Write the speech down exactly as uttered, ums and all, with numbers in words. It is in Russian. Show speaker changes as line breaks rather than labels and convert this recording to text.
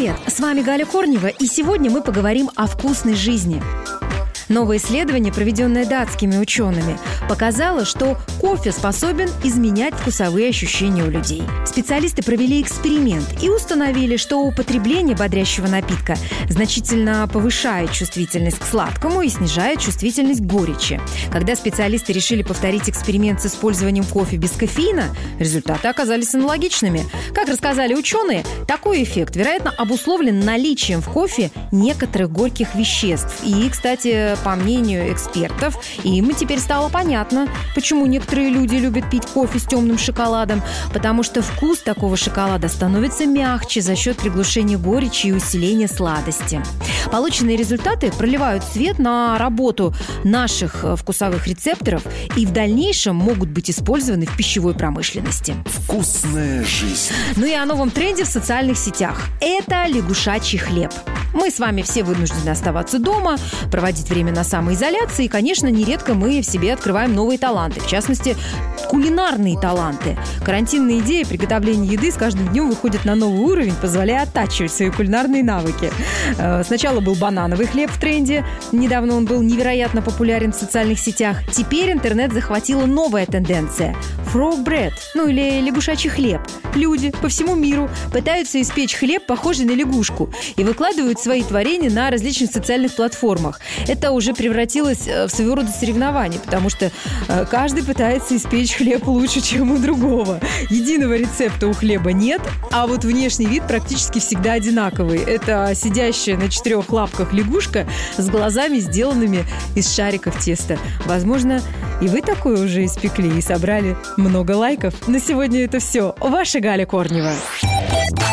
Привет, с вами Галя Корнева, и сегодня мы поговорим о вкусной жизни. Новое исследование, проведенное датскими учеными, показало, что кофе способен изменять вкусовые ощущения у людей. Специалисты провели эксперимент и установили, что употребление бодрящего напитка значительно повышает чувствительность к сладкому и снижает чувствительность к горечи. Когда специалисты решили повторить эксперимент с использованием кофе без кофеина, результаты оказались аналогичными. Как рассказали ученые, такой эффект, вероятно, обусловлен наличием в кофе некоторых горьких веществ. И, кстати, по мнению экспертов, им теперь стало понятно, почему некоторые люди любят пить кофе с темным шоколадом, потому что вкус такого шоколада становится мягче за счет приглушения горечи и усиления сладости. Полученные результаты проливают свет на работу наших вкусовых рецепторов и в дальнейшем могут быть использованы в пищевой промышленности.
Вкусная жизнь.
Ну и о новом тренде в социальных сетях. Это лягушачий хлеб. Мы с вами все вынуждены оставаться дома, проводить время на самоизоляции, и, конечно, нередко мы в себе открываем новые таланты, в частности, кулинарные таланты. Карантинная идея приготовления еды с каждым днем выходит на новый уровень, позволяя оттачивать свои кулинарные навыки. Сначала был банановый хлеб в тренде, недавно он был невероятно популярен в социальных сетях. Теперь интернет захватила новая тенденция – frog bread, ну или лягушачий хлеб. Люди по всему миру пытаются испечь хлеб, похожий на лягушку, и выкладывают свои творения на различных социальных платформах. Это уже превратилось в своего рода соревнование, потому что каждый пытается испечь хлеб лучше, чем у другого. Единого рецепта у хлеба нет, а вот внешний вид практически всегда одинаковый. Это сидящая на четырех лапках лягушка с глазами, сделанными из шариков теста. Возможно, и вы такое уже испекли и собрали много лайков. На сегодня это все. Ваша Галя Корнева.